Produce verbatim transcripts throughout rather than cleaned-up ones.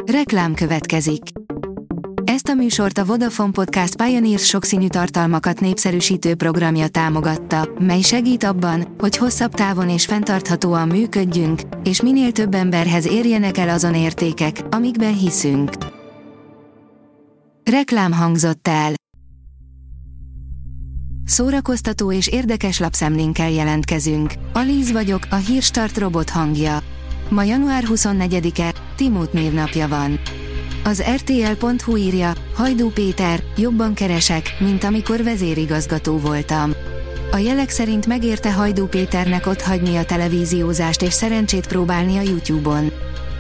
Reklám következik. Ezt a műsort a Vodafone Podcast Pioneers sokszínű tartalmakat népszerűsítő programja támogatta, mely segít abban, hogy hosszabb távon és fenntarthatóan működjünk, és minél több emberhez érjenek el azon értékek, amikben hiszünk. Reklám hangzott el. Szórakoztató és érdekes lapszemlénkkel jelentkezünk. Alíz vagyok, a Hírstart robot hangja. Ma január huszonnegyedike, Timót névnapja van. Az er té el pont hu írja, Hajdú Péter, jobban keresek, mint amikor vezérigazgató voltam. A jelek szerint megérte Hajdú Péternek otthagyni a televíziózást és szerencsét próbálni a YouTube-on.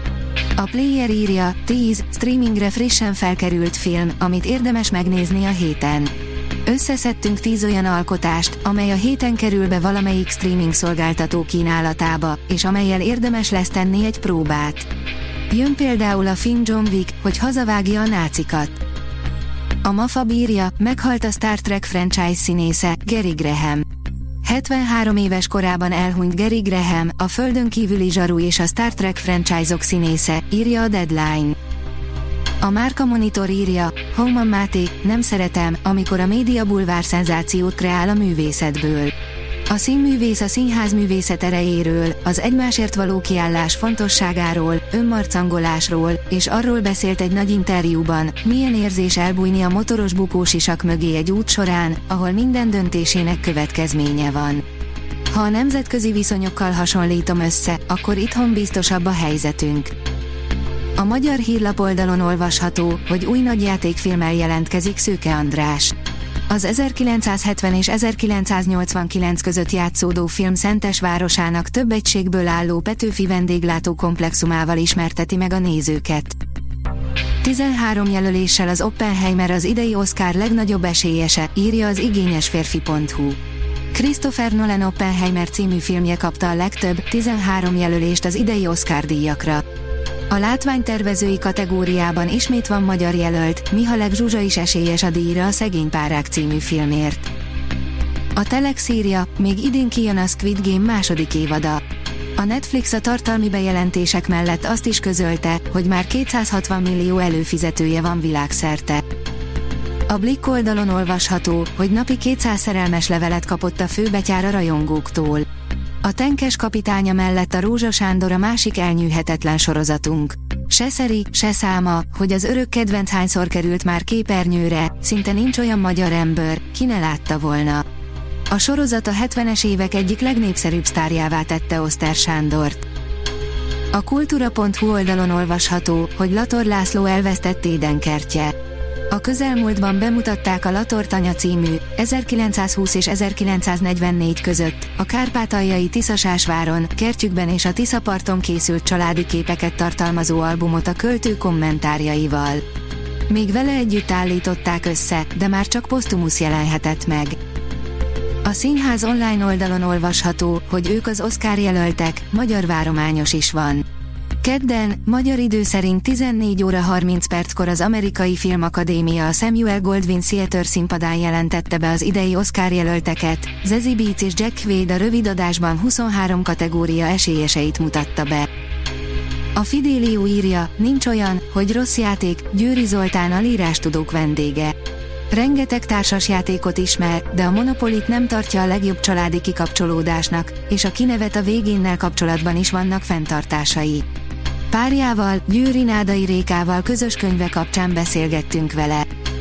A Player írja, tíz streamingre frissen felkerült film, amit érdemes megnézni a héten. Összeszedtünk tíz olyan alkotást, amely a héten kerül be valamelyik streaming szolgáltató kínálatába, és amellyel érdemes lesz tenni egy próbát. Jön például a film John Wick, hogy hazavágja a nácikat. A Mafab írja, meghalt a Star Trek franchise színésze, Gary Graham. hetvenhárom éves korában elhunyt Gary Graham, a Földön kívüli zsaru és a Star Trek franchise-ok színésze, írja a Deadline. A Márka Monitor írja, Homan Máté, nem szeretem, amikor a média bulvár szenzációt kreál a művészetből. A színművész a színház művészet erejéről, az egymásért való kiállás fontosságáról, önmarcangolásról, és arról beszélt egy nagy interjúban, milyen érzés elbújni a motoros bukósisak mögé egy út során, ahol minden döntésének következménye van. Ha a nemzetközi viszonyokkal hasonlítom össze, akkor itthon biztosabb a helyzetünk. A Magyar Hírlap oldalon olvasható, hogy új nagyjátékfilmmel jelentkezik Szőke András. Az ezerkilencszázhetven és ezerkilencszáznyolcvankilenc között játszódó film Szentesvárosának több egységből álló Petőfi vendéglátó komplexumával ismerteti meg a nézőket. tizenhárom jelöléssel az Oppenheimer az idei Oscar legnagyobb esélyese, írja az igényesférfi pont hu. Christopher Nolan Oppenheimer című filmje kapta a legtöbb, tizenhárom jelölést az idei Oscar-díjakra. A látványtervezői kategóriában ismét van magyar jelölt, Mihalek Zsuzsa is esélyes a díjra a Szegény párák című filmért. A Telex írja, még idén kijön a Squid Game második évada. A Netflix a tartalmi bejelentések mellett azt is közölte, hogy már kétszázhatvan millió előfizetője van világszerte. A Blick oldalon olvasható, hogy napi kétszáz szerelmes levelet kapott a főbetyár a rajongóktól. A Tenkes kapitánya mellett a Rózsa Sándor a másik elnyűhetetlen sorozatunk. Se szeri, se száma, hogy az örök kedvenc hányszor került már képernyőre, szinte nincs olyan magyar ember, ki ne látta volna. A sorozat a hetvenes évek egyik legnépszerűbb sztárjává tette Oszter Sándort. A kultúra pont hu oldalon olvasható, hogy Lator László elvesztett édenkertje. A közelmúltban bemutatták a Latortanya című, ezerkilencszázhúsz és ezerkilencszáznegyvennégy között, a kárpátaljai Tiszasásváron, kertjükben és a Tiszaparton készült családi képeket tartalmazó albumot a költő kommentárjaival. Még vele együtt állították össze, de már csak posztumusz jelenhetett meg. A színház online oldalon olvasható, hogy ők az Oscar jelöltek, magyar várományos is van. Kedden, magyar idő szerint tizennégy óra harminc perckor az Amerikai Filmakadémia a Samuel Goldwyn Theater színpadán jelentette be az idei Oscar jelölteket, Zazie Beetz és Jack Quaid a rövidadásban huszonhárom kategória esélyeseit mutatta be. A Fidelio írja, nincs olyan, hogy rossz játék, Győri Zoltán a lírástudók vendége. Rengeteg társasjátékot ismer, de a Monopolit nem tartja a legjobb családi kikapcsolódásnak, és a kinevet a végénnel kapcsolatban is vannak fenntartásai. Párjával, Győri Nádai Rékával közös könyve kapcsán beszélgettünk vele.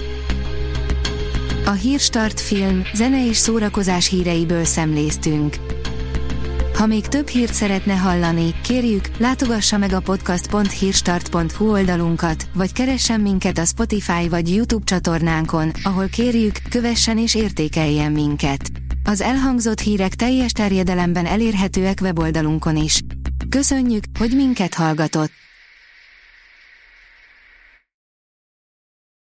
A Hírstart film, zene és szórakozás híreiből szemléztünk. Ha még több hírt szeretne hallani, kérjük, látogassa meg a podcast pont hírstart pont hu oldalunkat, vagy keressen minket a Spotify vagy YouTube csatornánkon, ahol kérjük, kövessen és értékeljen minket. Az elhangzott hírek teljes terjedelemben elérhetőek weboldalunkon is. Köszönjük, hogy minket hallgatott!